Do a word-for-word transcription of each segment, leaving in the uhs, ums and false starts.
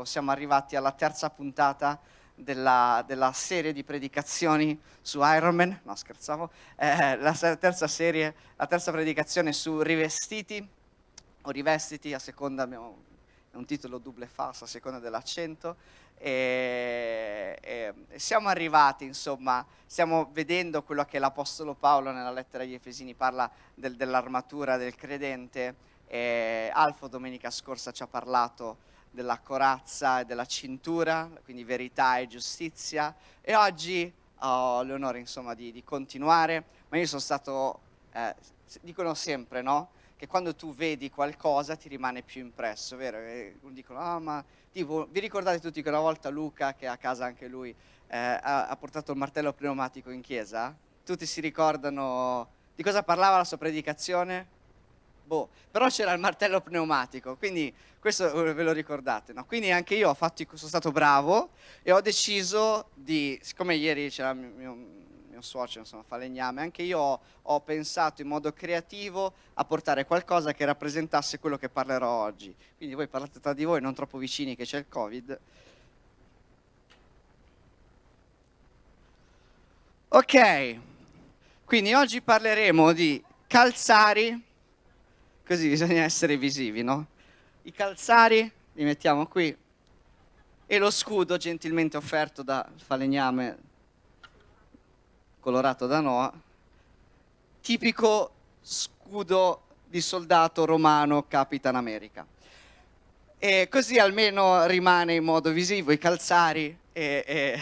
siamo arrivati alla terza puntata della, della serie di predicazioni su Iron Man, no scherzavo, eh, la se- terza serie, la terza predicazione su rivestiti o rivestiti, a seconda, abbiamo è un titolo double falso, a seconda dell'accento, e, e- e siamo arrivati, insomma, stiamo vedendo quello che l'Apostolo Paolo nella lettera agli Efesini parla del- dell'armatura del credente. E Alfo domenica scorsa ci ha parlato della corazza e della cintura, quindi verità e giustizia, e oggi ho l'onore, insomma, di, di continuare, ma io sono stato, eh, s- dicono sempre, no? Che quando tu vedi qualcosa ti rimane più impresso, vero? E dicono, ah, ma tipo, vi ricordate tutti che una volta Luca, che a casa anche lui, eh, ha, ha portato il martello pneumatico in chiesa? Tutti si ricordano di cosa parlava la sua predicazione? Boh, però c'era il martello pneumatico, quindi questo eh, ve lo ricordate, no? Quindi anche io ho fatto, i- sono stato bravo e ho deciso di, siccome ieri c'era mio, mio, mio suocero, insomma, falegname, anche io ho, ho pensato in modo creativo a portare qualcosa che rappresentasse quello che parlerò oggi. Quindi voi parlate tra di voi, non troppo vicini che c'è il Covid. Ok, quindi oggi parleremo di calzari, così bisogna essere visivi, no? I calzari li mettiamo qui e lo scudo gentilmente offerto da falegname colorato da Noah, tipico scudo di soldato romano Capitan America. E così almeno rimane in modo visivo i calzari e, e-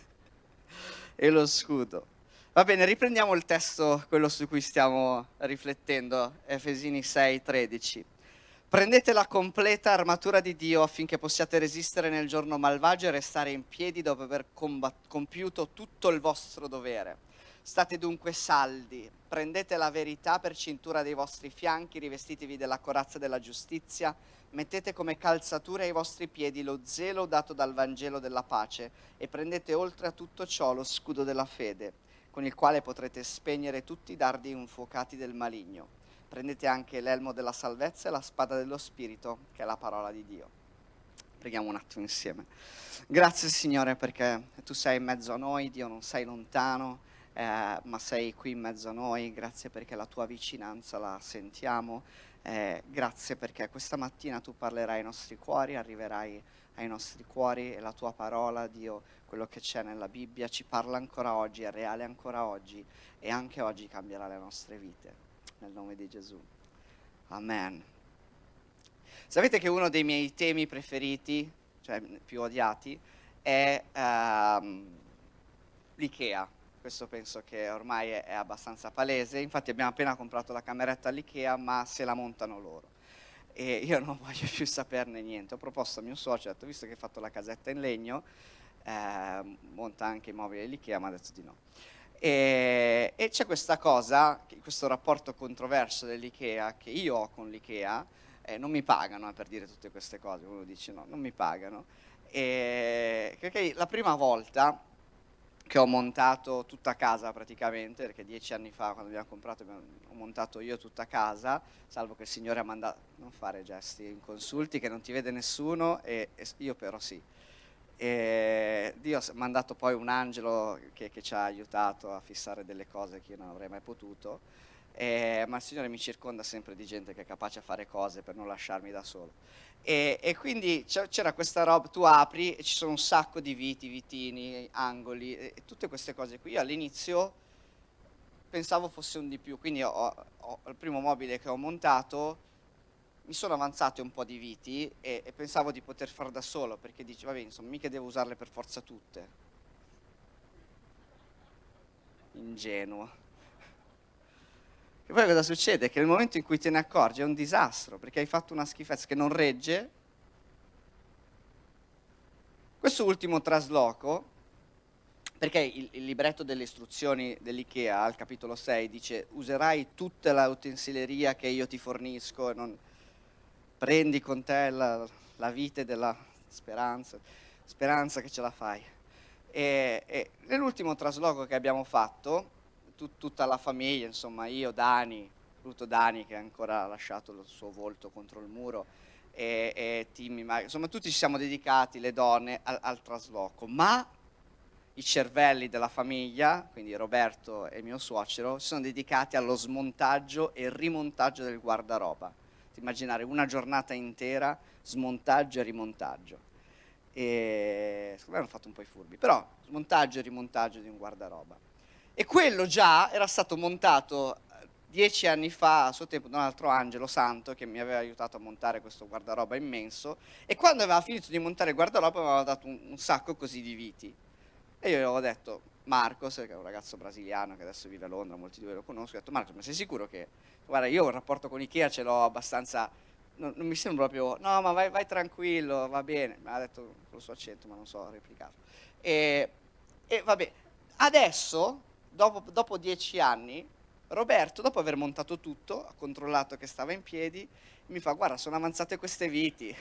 e lo scudo. Va bene, riprendiamo il testo, quello su cui stiamo riflettendo, Efesini sei tredici. Prendete la completa armatura di Dio affinché possiate resistere nel giorno malvagio e restare in piedi dopo aver combat- compiuto tutto il vostro dovere. State dunque saldi, prendete la verità per cintura dei vostri fianchi, rivestitevi della corazza della giustizia, mettete come calzatura ai vostri piedi lo zelo dato dal Vangelo della pace e prendete oltre a tutto ciò lo scudo della fede, con il quale potrete spegnere tutti i dardi infuocati del maligno. Prendete anche l'elmo della salvezza e la spada dello Spirito, che è la parola di Dio. Preghiamo un attimo insieme. Grazie Signore perché tu sei in mezzo a noi, Dio non sei lontano, eh, ma sei qui in mezzo a noi. Grazie perché la tua vicinanza la sentiamo. Eh, grazie perché questa mattina tu parlerai ai nostri cuori, arriverai ai nostri cuori e la tua parola, Dio, quello che c'è nella Bibbia, ci parla ancora oggi, è reale ancora oggi e anche oggi cambierà le nostre vite. Nel nome di Gesù. Amen. Sapete che uno dei miei temi preferiti, cioè più odiati, è ehm, l'IKEA. Questo penso che ormai è, è abbastanza palese. Infatti abbiamo appena comprato la cameretta all'IKEA, ma se la montano loro. E io non voglio più saperne niente. Ho proposto a mio socio, ho detto, visto che hai fatto la casetta in legno, eh, monta anche i mobili all'IKEA, ma ha detto di no. E, e c'è questa cosa, questo rapporto controverso dell'IKEA che io ho con l'IKEA, eh, non mi pagano eh, per dire tutte queste cose, uno dice no, non mi pagano. E, perché la prima volta che ho montato tutta casa praticamente, perché dieci anni fa quando abbiamo comprato abbiamo, ho montato io tutta casa, salvo che il Signore ha mandato, non fare gesti inconsulti che non ti vede nessuno e, e io però sì. E Dio ha mandato poi un angelo che, che ci ha aiutato a fissare delle cose che io non avrei mai potuto, e, ma il Signore mi circonda sempre di gente che è capace a fare cose per non lasciarmi da solo. E, e quindi c'era questa roba, tu apri e ci sono un sacco di viti, vitini, angoli, e, e tutte queste cose qui. Io all'inizio pensavo fosse un di più, quindi ho, ho, il primo mobile che ho montato mi sono avanzate un po' di viti e, e pensavo di poter far da solo, perché dice, vabbè, insomma, mica devo usarle per forza tutte. Ingenuo. E poi cosa succede? Che nel momento in cui te ne accorgi è un disastro, perché hai fatto una schifezza che non regge. Questo ultimo trasloco, perché il, il libretto delle istruzioni dell'IKEA, al capitolo sei, dice userai tutta la utensileria che io ti fornisco e non prendi con te la, la vite della speranza, speranza che ce la fai. E, e nell'ultimo trasloco che abbiamo fatto, tut, tutta la famiglia, insomma io, Dani, soprattutto Dani che ha ancora lasciato il suo volto contro il muro, e, e Timmy, ma insomma tutti ci siamo dedicati, le donne, al, al trasloco, ma i cervelli della famiglia, quindi Roberto e mio suocero, si sono dedicati allo smontaggio e rimontaggio del guardaroba. Ti immaginare una giornata intera, smontaggio e rimontaggio. E secondo me hanno fatto un po' i furbi, però smontaggio e rimontaggio di un guardaroba. E quello già era stato montato eh, dieci anni fa, a suo tempo, da un altro Angelo Santo che mi aveva aiutato a montare questo guardaroba immenso, e quando aveva finito di montare il guardaroba mi aveva dato un, un sacco così di viti. E io gli avevo detto, Marcos, che è un ragazzo brasiliano che adesso vive a Londra, molti di voi lo conoscono, ho detto, Marcos, ma sei sicuro che... Guarda, io un rapporto con Ikea ce l'ho abbastanza... Non, non mi sembra proprio... No, ma vai, vai tranquillo, va bene. Mi ha detto con il suo accento, ma non so replicarlo. E, e vabbè, adesso, dopo, dopo dieci anni, Roberto, dopo aver montato tutto, ha controllato che stava in piedi, mi fa, guarda, sono avanzate queste viti.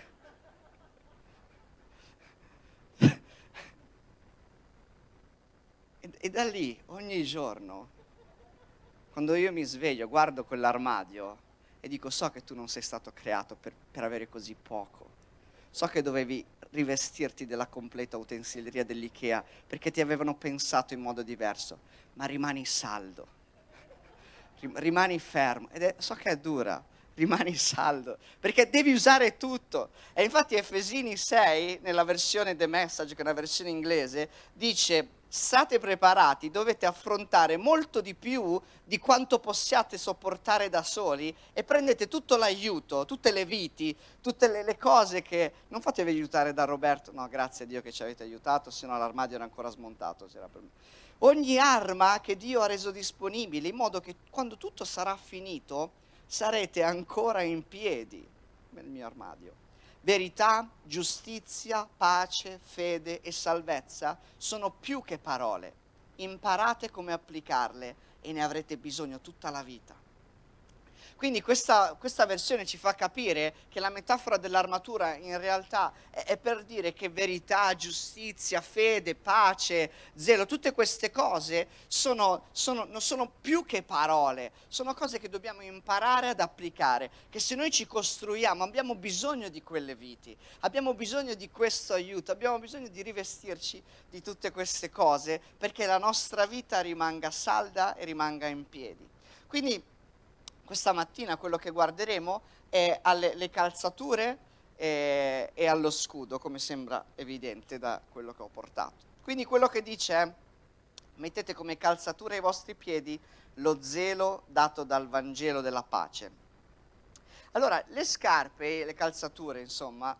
E, e da lì, ogni giorno, quando io mi sveglio, guardo quell'armadio e dico, so che tu non sei stato creato per, per avere così poco. So che dovevi rivestirti della completa utensileria dell'Ikea perché ti avevano pensato in modo diverso, ma rimani saldo, Rim- rimani fermo. Ed è, so che è dura, rimani saldo, perché devi usare tutto. E infatti Efesini sei, nella versione The Message, che è una versione inglese, dice state preparati, dovete affrontare molto di più di quanto possiate sopportare da soli e prendete tutto l'aiuto, tutte le viti, tutte le, le cose che... Non fatevi aiutare da Roberto, no, grazie a Dio che ci avete aiutato, se no l'armadio era ancora smontato. Se era per me. Ogni arma che Dio ha reso disponibile, in modo che quando tutto sarà finito sarete ancora in piedi nel mio armadio. Verità, giustizia, pace, fede e salvezza sono più che parole. Imparate come applicarle e ne avrete bisogno tutta la vita. Quindi questa, questa versione ci fa capire che la metafora dell'armatura in realtà è, è per dire che verità, giustizia, fede, pace, zelo, tutte queste cose sono, sono, non sono più che parole, sono cose che dobbiamo imparare ad applicare, che se noi ci costruiamo abbiamo bisogno di quelle viti, abbiamo bisogno di questo aiuto, abbiamo bisogno di rivestirci di tutte queste cose perché la nostra vita rimanga salda e rimanga in piedi. Quindi questa mattina quello che guarderemo è alle le calzature e, e allo scudo, come sembra evidente da quello che ho portato. Quindi quello che dice è, mettete come calzatura ai vostri piedi lo zelo dato dal Vangelo della pace. Allora, le scarpe, le calzature, insomma,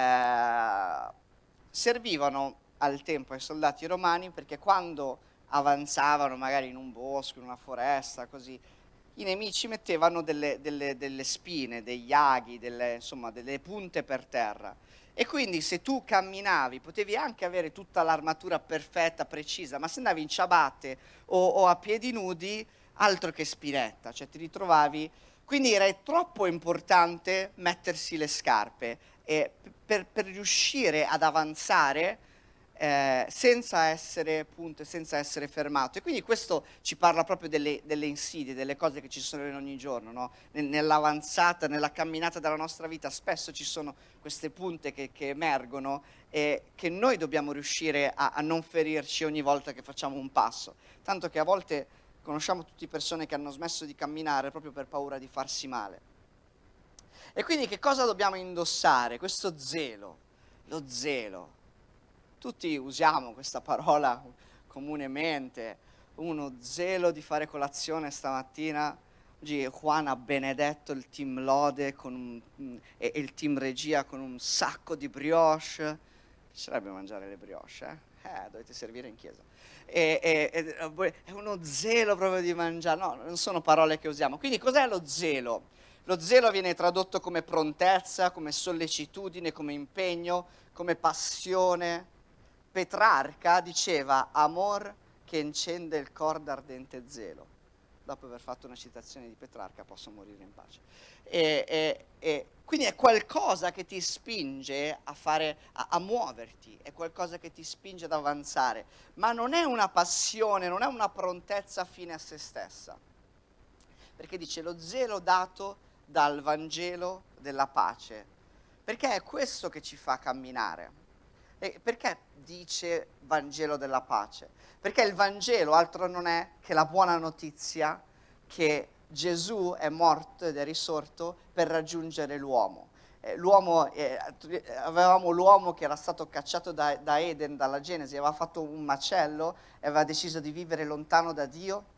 eh, servivano al tempo ai soldati romani perché quando avanzavano magari in un bosco, in una foresta, così, i nemici mettevano delle, delle- delle spine, degli aghi, delle, insomma, delle punte per terra. E quindi se tu camminavi, potevi anche avere tutta l'armatura perfetta, precisa, ma se andavi in ciabatte o, o a piedi nudi, altro che spinetta, cioè ti ritrovavi. Quindi era troppo importante mettersi le scarpe e per, per riuscire ad avanzare eh, senza essere appunto, senza essere fermato. E quindi questo ci parla proprio delle, delle insidie, delle cose che ci sono in ogni giorno, no? Nel- Nell'avanzata, nella camminata della nostra vita, spesso ci sono queste punte che, che emergono e che noi dobbiamo riuscire a, a non ferirci ogni volta che facciamo un passo. Tanto che a volte conosciamo tutte persone che hanno smesso di camminare proprio per paura di farsi male. E quindi che cosa dobbiamo indossare? Questo zelo, lo zelo. Tutti usiamo questa parola comunemente, uno zelo di fare colazione stamattina. Oggi Juan ha benedetto il team Lode con un- mm, e, e il team Regia con un sacco di brioche. Piacerebbe mangiare le brioche, eh? Eh, dovete servire in chiesa. E, e- ed- è uno zelo proprio di mangiare, no, non sono parole che usiamo. Quindi cos'è lo zelo? Lo zelo viene tradotto come prontezza, come sollecitudine, come impegno, come passione. Petrarca diceva amor che incende il cor d'ardente zelo. Dopo aver fatto una citazione di Petrarca posso morire in pace. E, e- e quindi è qualcosa che ti spinge a fare, a, a muoverti, è qualcosa che ti spinge ad avanzare, ma non è una passione, non è una prontezza fine a se stessa. Perché dice lo zelo dato dal Vangelo della pace. perché è questo che ci fa camminare. E perché dice Vangelo della pace? Perché il Vangelo altro non è che la buona notizia che Gesù è morto ed è risorto per raggiungere l'uomo. Eh, l'uomo, eh, avevamo l'uomo che era stato cacciato da, da Eden, dalla Genesi, aveva fatto un macello e aveva deciso di vivere lontano da Dio.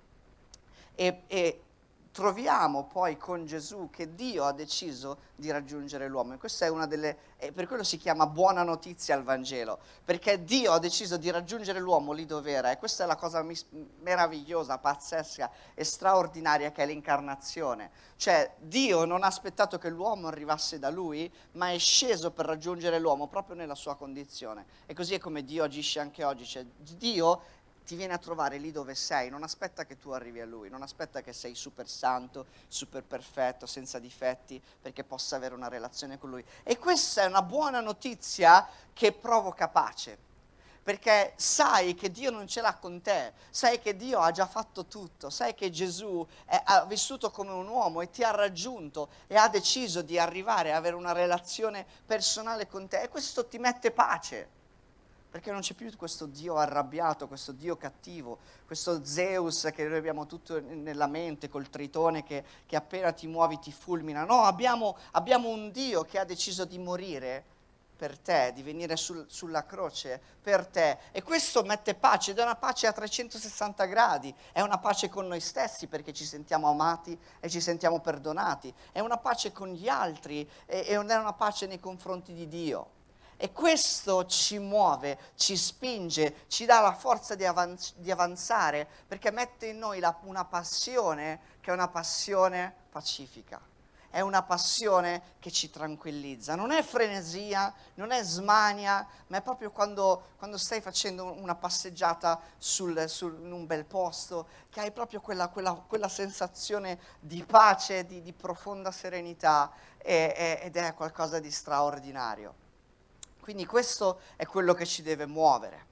E, e troviamo poi con Gesù che Dio ha deciso di raggiungere l'uomo. E questa è una delle, e per quello si chiama buona notizia al Vangelo, perché Dio ha deciso di raggiungere l'uomo lì dove era. E questa è la cosa mis- meravigliosa, pazzesca e straordinaria che è l'incarnazione. Cioè Dio non ha aspettato che l'uomo arrivasse da lui, ma è sceso per raggiungere l'uomo proprio nella sua condizione. E così è come Dio agisce anche oggi. Cioè, Dio ti viene a trovare lì dove sei, non aspetta che tu arrivi a Lui, non aspetta che sei super santo, super perfetto, senza difetti, perché possa avere una relazione con Lui. E questa è una buona notizia che provoca pace, perché sai che Dio non ce l'ha con te, sai che Dio ha già fatto tutto, sai che Gesù è, ha vissuto come un uomo e ti ha raggiunto e ha deciso di arrivare a avere una relazione personale con te, e questo ti mette pace. Perché non c'è più questo Dio arrabbiato, questo Dio cattivo, questo Zeus che noi abbiamo tutto nella mente, col tritone che, che appena ti muovi ti fulmina. No, abbiamo, abbiamo un Dio che ha deciso di morire per te, di venire sul, sulla croce per te. E questo mette pace, ed è una pace a trecentosessanta gradi, è una pace con noi stessi perché ci sentiamo amati e ci sentiamo perdonati, è una pace con gli altri e, e non è una pace nei confronti di Dio. E questo ci muove, ci spinge, ci dà la forza di, avanz- di avanzare, perché mette in noi la- una passione che è una passione pacifica. È una passione che ci tranquillizza. Non è frenesia, non è smania, ma è proprio quando, quando stai facendo una passeggiata sul, sul- in un bel posto, che hai proprio quella, quella- quella sensazione di pace, di, di profonda serenità, e- e- ed è qualcosa di straordinario. Quindi questo è quello che ci deve muovere.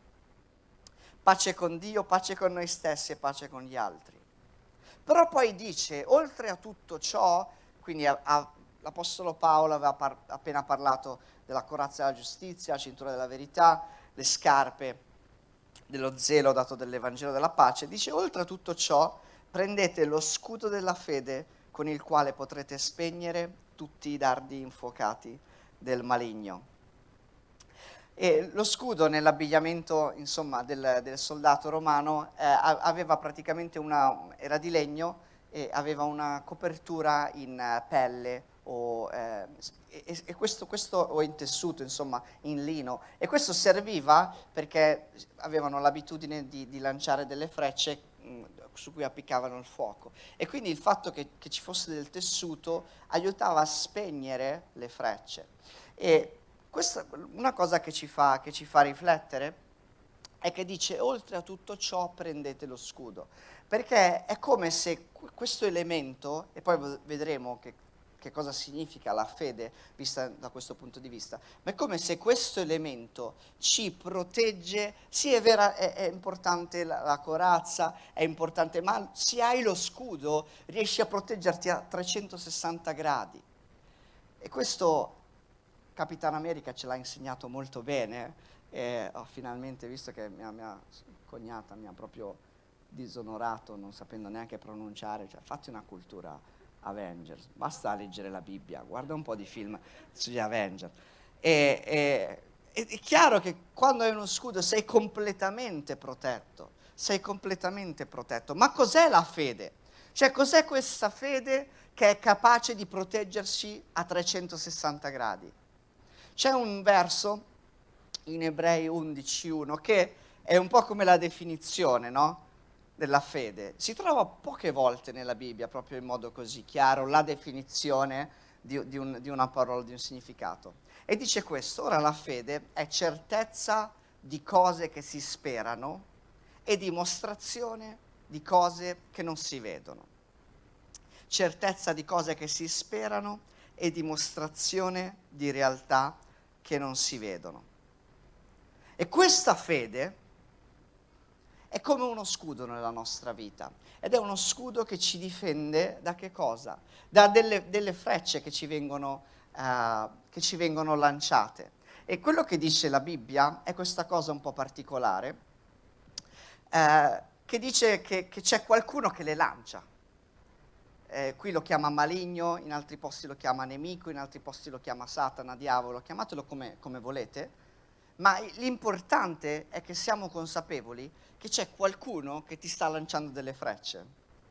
Pace con Dio, pace con noi stessi e pace con gli altri. Però poi dice, oltre a tutto ciò, quindi a, a, l'Apostolo Paolo aveva par- appena parlato della corazza della giustizia, la cintura della verità, le scarpe dello zelo dato dall'Evangelo della pace, dice, oltre a tutto ciò, prendete lo scudo della fede con il quale potrete spegnere tutti i dardi infuocati del maligno. E lo scudo nell'abbigliamento, insomma, del, del soldato romano eh, aveva praticamente una, era di legno e aveva una copertura in eh, pelle o, eh, e, e questo, questo, o in tessuto, insomma, in lino. E questo serviva perché avevano l'abitudine di, di lanciare delle frecce mh, su cui appiccavano il fuoco. E quindi il fatto che, che ci fosse del tessuto aiutava a spegnere le frecce. E questa, una cosa che ci fa, che ci fa riflettere è che dice, oltre a tutto ciò prendete lo scudo, perché è come se questo elemento, e poi vedremo che, che cosa significa la fede vista da questo punto di vista, ma è come se questo elemento ci protegge. Sì, è vera, è, è importante la, la corazza, è importante, ma se hai lo scudo riesci a proteggerti a trecentosessanta gradi. E questo Capitan America ce l'ha insegnato molto bene, e ho finalmente visto che mia, mia cognata mi ha proprio disonorato non sapendo neanche pronunciare, cioè fatti una cultura Avengers, basta leggere la Bibbia, guarda un po' di film sugli Avengers. E, e, è chiaro che quando hai uno scudo sei completamente protetto, sei completamente protetto. Ma cos'è la fede? Cioè cos'è questa fede che è capace di proteggerci a trecentosessanta gradi? C'è un verso in Ebrei undici uno che è un po' come la definizione, no? Della fede. Si trova poche volte nella Bibbia, proprio in modo così chiaro, la definizione di, di, un, di una parola, di un significato. E dice questo: ora la fede è certezza di cose che si sperano e dimostrazione di cose che non si vedono. Certezza di cose che si sperano e dimostrazione di realtà che non si vedono. E questa fede è come uno scudo nella nostra vita, ed è uno scudo che ci difende da che cosa? Da delle, delle frecce che ci vengono eh, che ci vengono lanciate. E quello che dice la Bibbia è questa cosa un po' particolare, eh, che dice che, che c'è qualcuno che le lancia. Eh, qui lo chiama maligno, in altri posti lo chiama nemico, in altri posti lo chiama Satana, diavolo, chiamatelo come, come volete, ma l'importante è che siamo consapevoli che c'è qualcuno che ti sta lanciando delle frecce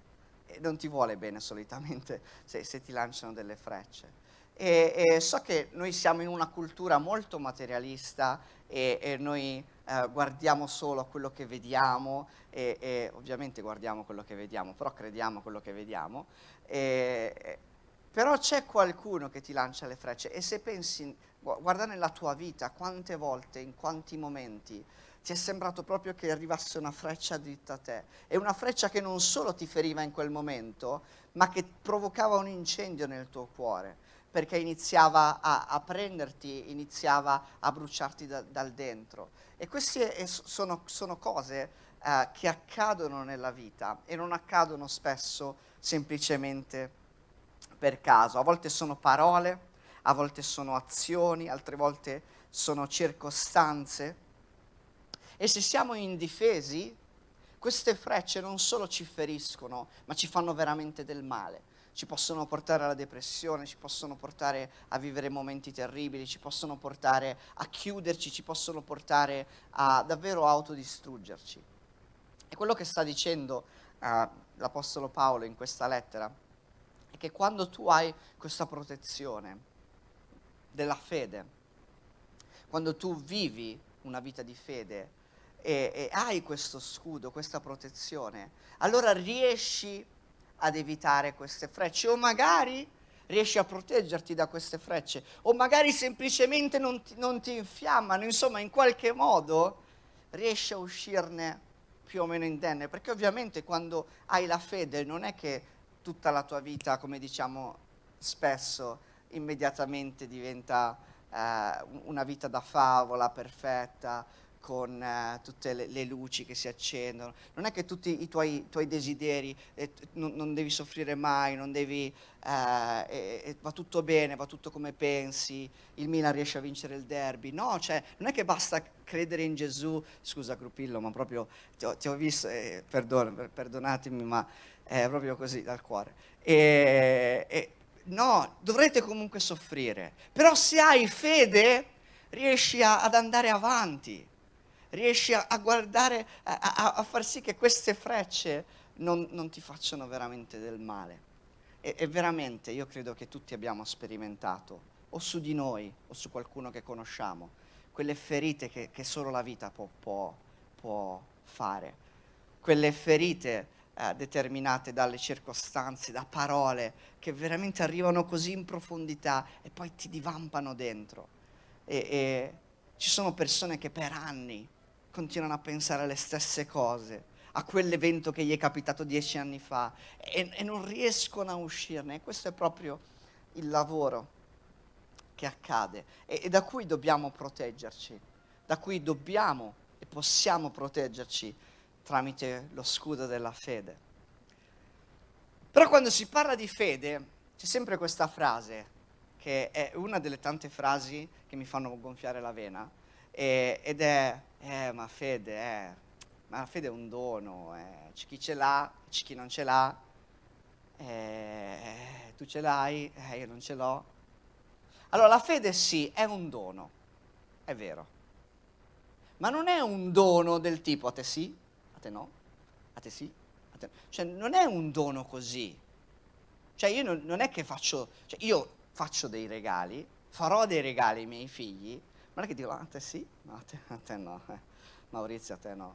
e non ti vuole bene solitamente se, se ti lanciano delle frecce. E, e so che noi siamo in una cultura molto materialista e, e noi eh, guardiamo solo a quello che vediamo e, e ovviamente guardiamo quello che vediamo, però crediamo a quello che vediamo. E, e, però c'è qualcuno che ti lancia le frecce e se pensi, guarda nella tua vita, quante volte, in quanti momenti ti è sembrato proprio che arrivasse una freccia dritta a te e una freccia che non solo ti feriva in quel momento, ma che provocava un incendio nel tuo cuore, perché iniziava a, a prenderti, iniziava a bruciarti da, dal dentro. E queste sono, sono cose eh, che accadono nella vita e non accadono spesso semplicemente per caso. A volte sono parole, a volte sono azioni, altre volte sono circostanze. E se siamo indifesi, queste frecce non solo ci feriscono, ma ci fanno veramente del male. Ci possono portare alla depressione, ci possono portare a vivere momenti terribili, ci possono portare a chiuderci, ci possono portare a davvero autodistruggerci. E quello che sta dicendo uh, l'Apostolo Paolo in questa lettera è che quando tu hai questa protezione della fede, quando tu vivi una vita di fede e, e hai questo scudo, questa protezione, allora riesci ad evitare queste frecce o magari riesci a proteggerti da queste frecce o magari semplicemente non ti, non ti infiammano, insomma in qualche modo riesci a uscirne più o meno indenne, perché ovviamente quando hai la fede non è che tutta la tua vita, come diciamo spesso, immediatamente diventa eh, una vita da favola, perfetta, con eh, tutte le, le luci che si accendono. Non è che tutti i tuoi, tuoi desideri, eh, non, non devi soffrire mai, non devi, eh, eh, eh, va tutto bene, va tutto come pensi, il Milan riesce a vincere il derby. No, cioè, non è che basta credere in Gesù, scusa Gruppillo, ma proprio ti ho, ti ho visto, eh, perdon, per, perdonatemi, ma è proprio così dal cuore. E, e, no, dovrete comunque soffrire, però se hai fede riesci a, ad andare avanti, riesci a, a guardare, a, a, a far sì che queste frecce non, non ti facciano veramente del male. E, e veramente io credo che tutti abbiamo sperimentato, o su di noi o su qualcuno che conosciamo, quelle ferite che, che solo la vita può, può, può fare, quelle ferite eh, determinate dalle circostanze, da parole che veramente arrivano così in profondità e poi ti divampano dentro. E, e ci sono persone che per anni continuano a pensare alle stesse cose, a quell'evento che gli è capitato dieci anni fa e, e non riescono a uscirne. E questo è proprio il lavoro che accade e, e da cui dobbiamo proteggerci, da cui dobbiamo e possiamo proteggerci tramite lo scudo della fede. Però quando si parla di fede c'è sempre questa frase, che è una delle tante frasi che mi fanno gonfiare la vena, e, ed è, eh, ma fede, eh, ma la fede è un dono, eh, c'è chi ce l'ha, c'è chi non ce l'ha, eh, tu ce l'hai, eh, io non ce l'ho. Allora la fede sì, è un dono, è vero, ma non è un dono del tipo a te sì, a te no, a te sì, a te no. Cioè non è un dono così, cioè io non, non è che faccio, cioè io faccio dei regali, farò dei regali ai miei figli, ma non è che dico, ah, a te sì, no, a te, a te no, eh. Maurizio a te no.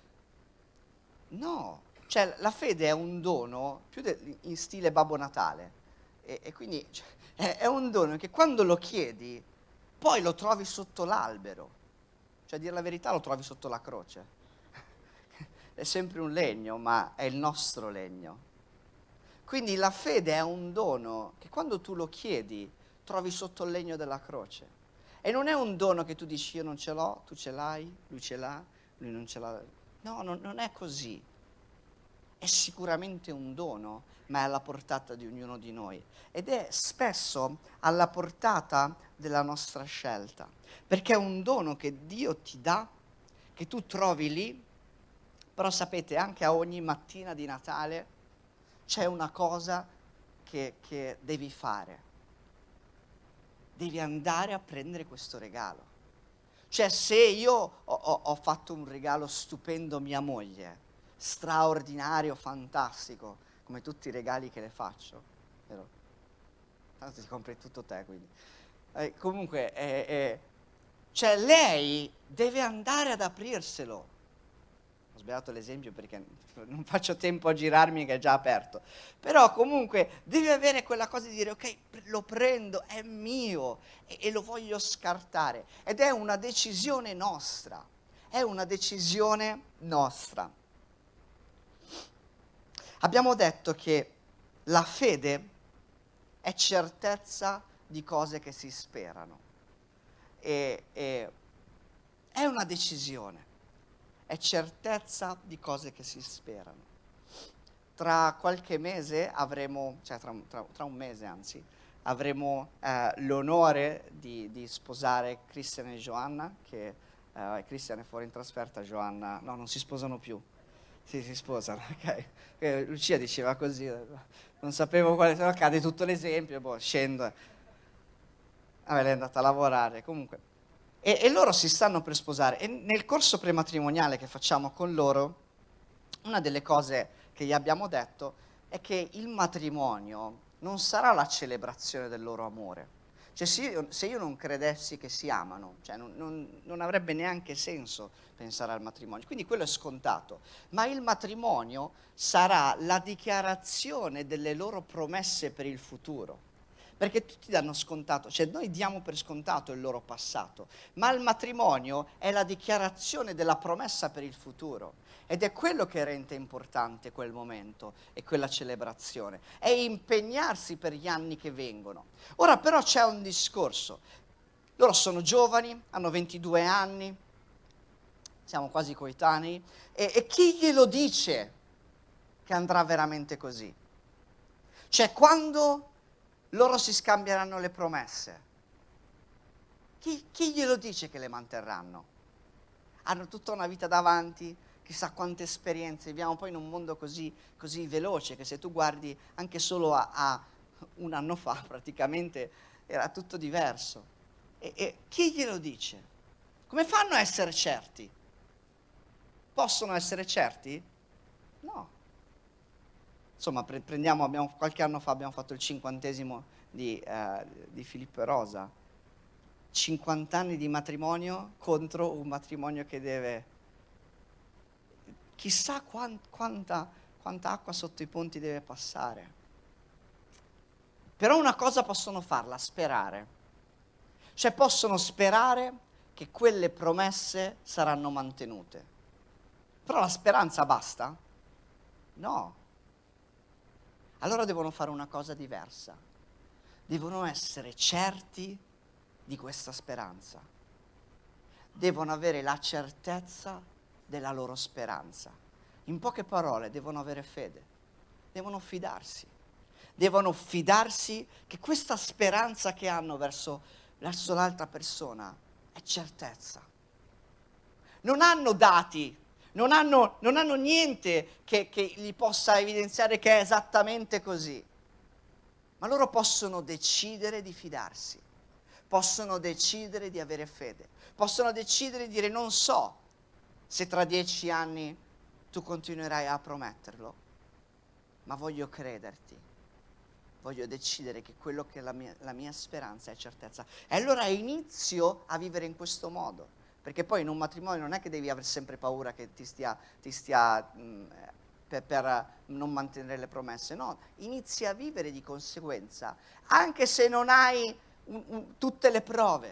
No, cioè la fede è un dono più de, in stile Babbo Natale e, e quindi cioè, è, è un dono che quando lo chiedi poi lo trovi sotto l'albero, cioè a dire la verità lo trovi sotto la croce. È sempre un legno, ma è il nostro legno. Quindi la fede è un dono che quando tu lo chiedi trovi sotto il legno della croce. E non è un dono che tu dici io non ce l'ho, tu ce l'hai, lui ce l'ha, lui non ce l'ha. No, non, non è così. È sicuramente un dono, ma è alla portata di ognuno di noi ed è spesso alla portata della nostra scelta, perché è un dono che Dio ti dà, che tu trovi lì, però sapete, anche a ogni mattina di Natale c'è una cosa che, che devi fare. Devi andare a prendere questo regalo. Cioè, se io ho, ho, ho fatto un regalo stupendo a mia moglie, straordinario, fantastico, come tutti i regali che le faccio, vero? Tanto ti compri tutto te, quindi. Eh, comunque, eh, eh, cioè lei deve andare ad aprirselo. Ho sbagliato l'esempio perché non faccio tempo a girarmi che è già aperto. Però comunque devi avere quella cosa di dire ok, lo prendo, è mio e, e lo voglio scartare. Ed è una decisione nostra, è una decisione nostra. Abbiamo detto che la fede è certezza di cose che si sperano. E, e è una decisione. È certezza di cose che si sperano. Tra qualche mese avremo, cioè tra, tra, tra un mese anzi, avremo eh, l'onore di, di sposare Christian e Joanna, che eh, Christian è fuori in trasferta, Joanna, no, non si sposano più. Sì, si sposano, ok. Eh, Lucia diceva così, non sapevo quale, se no cade tutto l'esempio, boh, scendo. Vabbè, lei è andata a lavorare, comunque. E, e loro si stanno per sposare e nel corso prematrimoniale che facciamo con loro, una delle cose che gli abbiamo detto è che il matrimonio non sarà la celebrazione del loro amore. Cioè se io, se io non credessi che si amano, cioè non, non, non avrebbe neanche senso pensare al matrimonio, quindi quello è scontato. Ma il matrimonio sarà la dichiarazione delle loro promesse per il futuro. Perché tutti danno scontato, cioè noi diamo per scontato il loro passato, ma il matrimonio è la dichiarazione della promessa per il futuro ed è quello che rende importante quel momento e quella celebrazione, è impegnarsi per gli anni che vengono. Ora però c'è un discorso, loro sono giovani, hanno ventidue anni, siamo quasi coetanei, e, e chi glielo dice che andrà veramente così? Cioè quando loro si scambieranno le promesse. Chi, chi glielo dice che le manterranno? Hanno tutta una vita davanti, chissà quante esperienze, viviamo poi in un mondo così, così veloce che se tu guardi anche solo a, a un anno fa praticamente era tutto diverso. E, e chi glielo dice? Come fanno a essere certi? Possono essere certi? No. Insomma, pre- prendiamo, abbiamo, qualche anno fa abbiamo fatto il cinquantesimo di, eh, di Filippo e Rosa. cinquanta anni di matrimonio contro un matrimonio che deve... Chissà quant, quanta, quanta acqua sotto i ponti deve passare. Però una cosa possono farla, sperare. Cioè possono sperare che quelle promesse saranno mantenute. Però la speranza basta? No. Allora devono fare una cosa diversa. Devono essere certi di questa speranza. Devono avere la certezza della loro speranza. In poche parole, devono avere fede. Devono fidarsi. Devono fidarsi che questa speranza che hanno verso, verso l'altra persona è certezza. Non hanno dati, non hanno, non hanno niente che, che gli possa evidenziare che è esattamente così. Ma loro possono decidere di fidarsi, possono decidere di avere fede, possono decidere di dire non so se tra dieci anni tu continuerai a prometterlo, ma voglio crederti, voglio decidere che quello che è la mia, la mia speranza è certezza. E allora inizio a vivere in questo modo, perché poi in un matrimonio non è che devi avere sempre paura che ti stia... Ti stia mh, Per, per non mantenere le promesse, no, inizi a vivere di conseguenza, anche se non hai un, un, tutte le prove.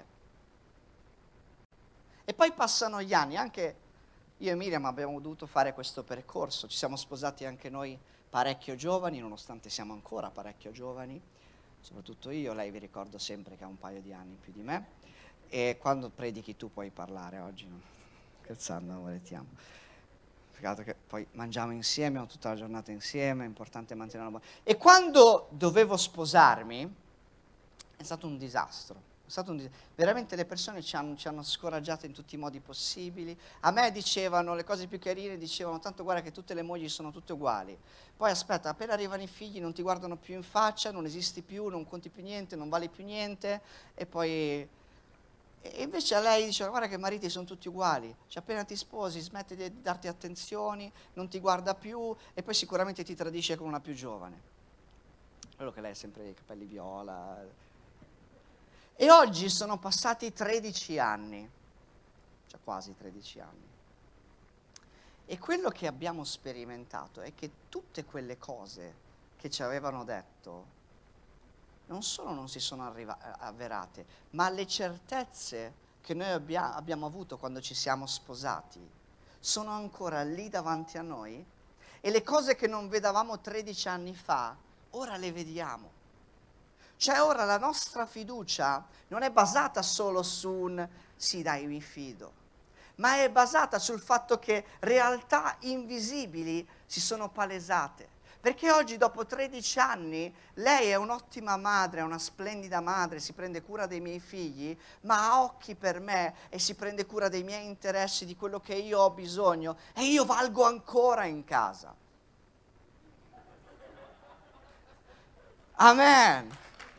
E poi passano gli anni, anche io e Miriam abbiamo dovuto fare questo percorso, ci siamo sposati anche noi parecchio giovani, nonostante siamo ancora parecchio giovani, soprattutto io, lei vi ricordo sempre che ha un paio di anni più di me, e quando predichi tu puoi parlare oggi, no? Scherzando, amore, ti amo. peccato che poi mangiamo insieme, tutta la giornata insieme, è importante mantenere una buona... E quando dovevo sposarmi, è stato un disastro. È stato un dis- Veramente le persone ci hanno, ci hanno scoraggiato in tutti i modi possibili. A me dicevano, le cose più carine, dicevano, tanto guarda che tutte le mogli sono tutte uguali. Poi aspetta, appena arrivano i figli non ti guardano più in faccia, non esisti più, non conti più niente, non vali più niente. E poi... E invece a lei diceva, guarda che i mariti sono tutti uguali, cioè appena ti sposi smette di darti attenzioni, non ti guarda più e poi sicuramente ti tradisce con una più giovane. Quello che lei ha sempre i capelli viola. E oggi sono passati tredici anni, cioè quasi tredici anni. E quello che abbiamo sperimentato è che tutte quelle cose che ci avevano detto non solo non si sono arriva- avverate, ma le certezze che noi abbia- abbiamo avuto quando ci siamo sposati sono ancora lì davanti a noi e le cose che non vedevamo tredici anni fa, ora le vediamo. Cioè ora la nostra fiducia non è basata solo su un sì dai mi fido, ma è basata sul fatto che realtà invisibili si sono palesate. Perché oggi, dopo tredici anni, lei è un'ottima madre, è una splendida madre, si prende cura dei miei figli, ma ha occhi per me e si prende cura dei miei interessi, di quello che io ho bisogno, e io valgo ancora in casa. Amen.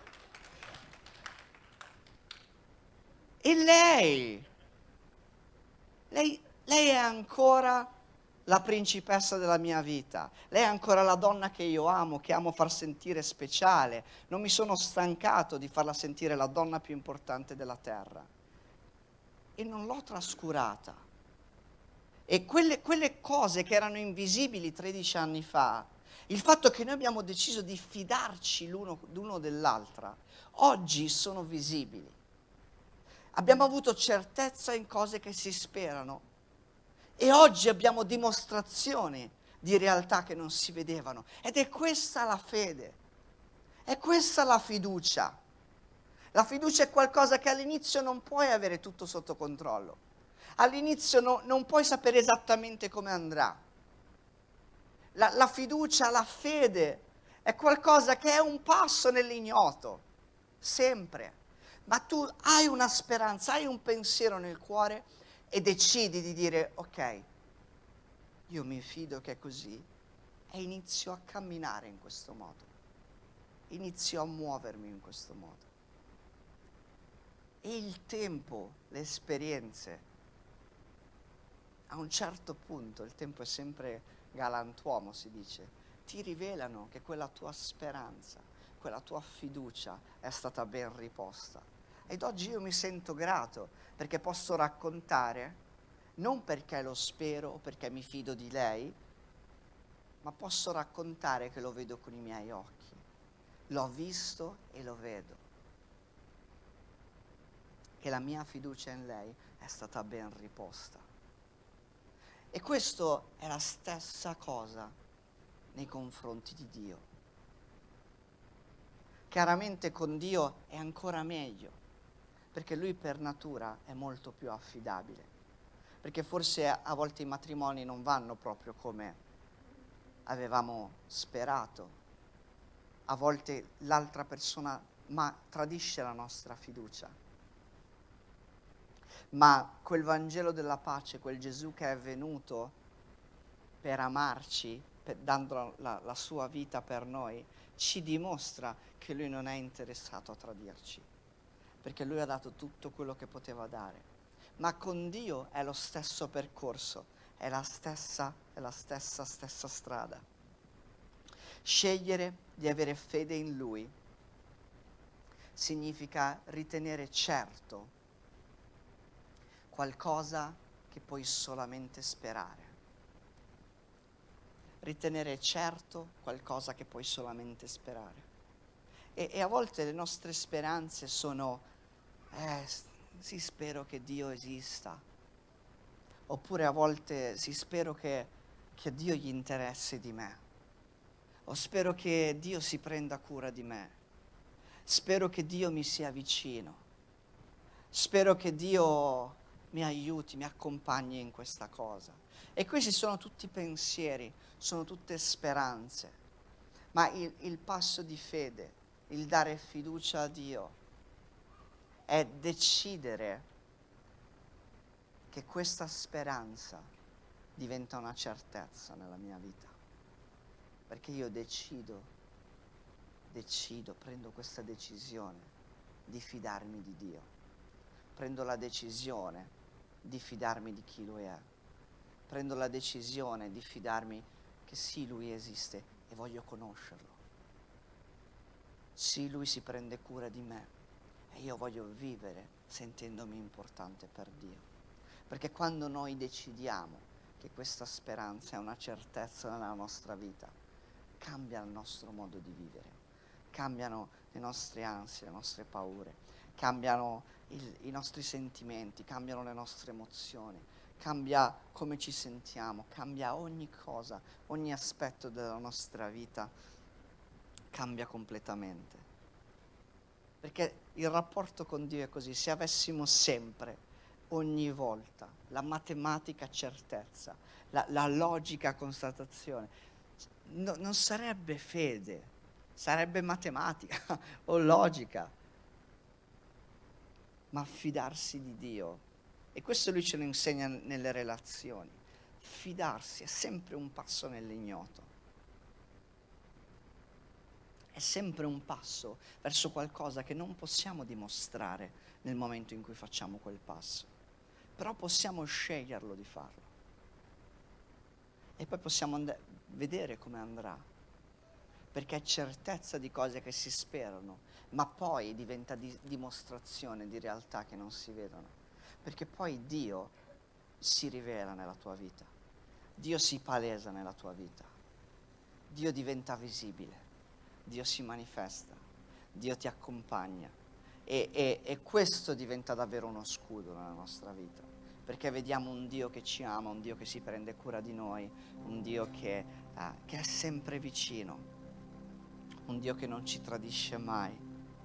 E lei, lei, lei è ancora la principessa della mia vita, lei è ancora la donna che io amo, che amo far sentire speciale, non mi sono stancato di farla sentire la donna più importante della terra e non l'ho trascurata. E quelle, quelle cose che erano invisibili tredici anni fa, il fatto che noi abbiamo deciso di fidarci l'uno, l'uno dell'altra, oggi sono visibili. Abbiamo avuto certezza in cose che si sperano e oggi abbiamo dimostrazioni di realtà che non si vedevano. Ed è questa la fede, è questa la fiducia. La fiducia è qualcosa che all'inizio non puoi avere tutto sotto controllo. All'inizio no, non puoi sapere esattamente come andrà. La, la fiducia, la fede è qualcosa che è un passo nell'ignoto, sempre. Ma tu hai una speranza, hai un pensiero nel cuore e decidi di dire, ok, io mi fido che è così e inizio a camminare in questo modo, inizio a muovermi in questo modo. E il tempo, le esperienze, a un certo punto, il tempo è sempre galantuomo, si dice, ti rivelano che quella tua speranza, quella tua fiducia è stata ben riposta. Ed oggi io mi sento grato perché posso raccontare, non perché lo spero o perché mi fido di lei, ma posso raccontare che lo vedo con i miei occhi. L'ho visto e lo vedo. Che la mia fiducia in lei è stata ben riposta. E questo è la stessa cosa nei confronti di Dio. Chiaramente con Dio è ancora meglio, perché Lui per natura è molto più affidabile. Perché forse a volte i matrimoni non vanno proprio come avevamo sperato. A volte l'altra persona ma tradisce la nostra fiducia. Ma quel Vangelo della pace, quel Gesù che è venuto per amarci, per, dando la, la, la sua vita per noi, ci dimostra che Lui non è interessato a tradirci, perché Lui ha dato tutto quello che poteva dare. Ma con Dio è lo stesso percorso, è la stessa, è la stessa, stessa strada. Scegliere di avere fede in Lui significa ritenere certo qualcosa che puoi solamente sperare. Ritenere certo qualcosa che puoi solamente sperare. E, e a volte le nostre speranze sono, eh, sì, spero che Dio esista. Oppure a volte sì, spero che, che Dio gli interessi di me. O spero che Dio si prenda cura di me. Spero che Dio mi sia vicino. Spero che Dio mi aiuti, mi accompagni in questa cosa. E questi sono tutti pensieri, sono tutte speranze. Ma il, il passo di fede, il dare fiducia a Dio, è decidere che questa speranza diventa una certezza nella mia vita. Perché io decido, decido, prendo questa decisione di fidarmi di Dio. Prendo la decisione di fidarmi di chi Lui è. Prendo la decisione di fidarmi che sì, Lui esiste e voglio conoscerlo. Sì, Lui si prende cura di me e io voglio vivere sentendomi importante per Dio. Perché quando noi decidiamo che questa speranza è una certezza nella nostra vita, cambia il nostro modo di vivere, cambiano le nostre ansie, le nostre paure, cambiano il, i nostri sentimenti, cambiano le nostre emozioni, cambia come ci sentiamo, cambia ogni cosa, ogni aspetto della nostra vita cambia completamente. Perché il rapporto con Dio è così: se avessimo sempre, ogni volta, la matematica certezza, la, la logica constatazione, no, non sarebbe fede, sarebbe matematica o logica, ma fidarsi di Dio. E questo Lui ce lo insegna nelle relazioni. Fidarsi è sempre un passo nell'ignoto. È sempre un passo verso qualcosa che non possiamo dimostrare nel momento in cui facciamo quel passo. Però possiamo sceglierlo di farlo. E poi possiamo and- vedere come andrà. Perché è certezza di cose che si sperano, ma poi diventa di- dimostrazione di realtà che non si vedono. Perché poi Dio si rivela nella tua vita. Dio si palesa nella tua vita. Dio diventa visibile. Dio si manifesta, Dio ti accompagna e, e, e questo diventa davvero uno scudo nella nostra vita, perché vediamo un Dio che ci ama, un Dio che si prende cura di noi, un Dio che, uh, che è sempre vicino, un Dio che non ci tradisce mai.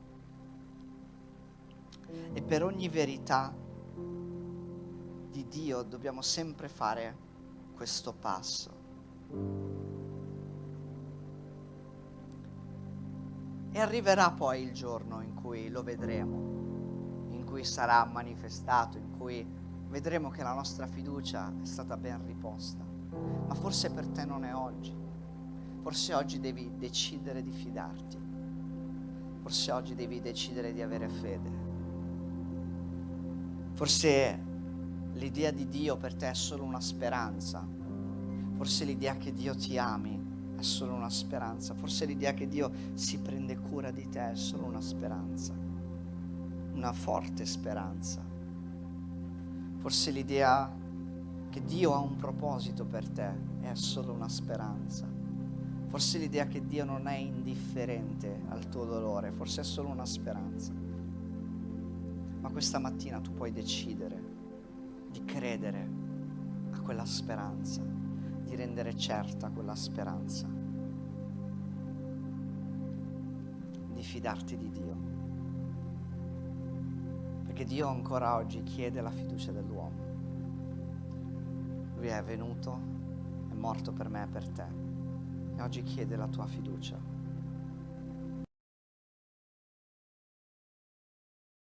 E per ogni verità di Dio dobbiamo sempre fare questo passo. E arriverà poi il giorno in cui lo vedremo, in cui sarà manifestato, in cui vedremo che la nostra fiducia è stata ben riposta. Ma forse per te non è oggi. Forse oggi devi decidere di fidarti. Forse oggi devi decidere di avere fede. Forse l'idea di Dio per te è solo una speranza. Forse l'idea che Dio ti ami è solo una speranza. Forse l'idea che Dio si prende cura di te è solo una speranza, una forte speranza. Forse l'idea che Dio ha un proposito per te è solo una speranza. Forse l'idea che Dio non è indifferente al tuo dolore, forse è solo una speranza. Ma questa mattina tu puoi decidere di credere a quella speranza, di rendere certa quella speranza, di fidarti di Dio. Perché Dio ancora oggi chiede la fiducia dell'uomo. Lui è venuto, è morto per me e per te, e oggi chiede la tua fiducia.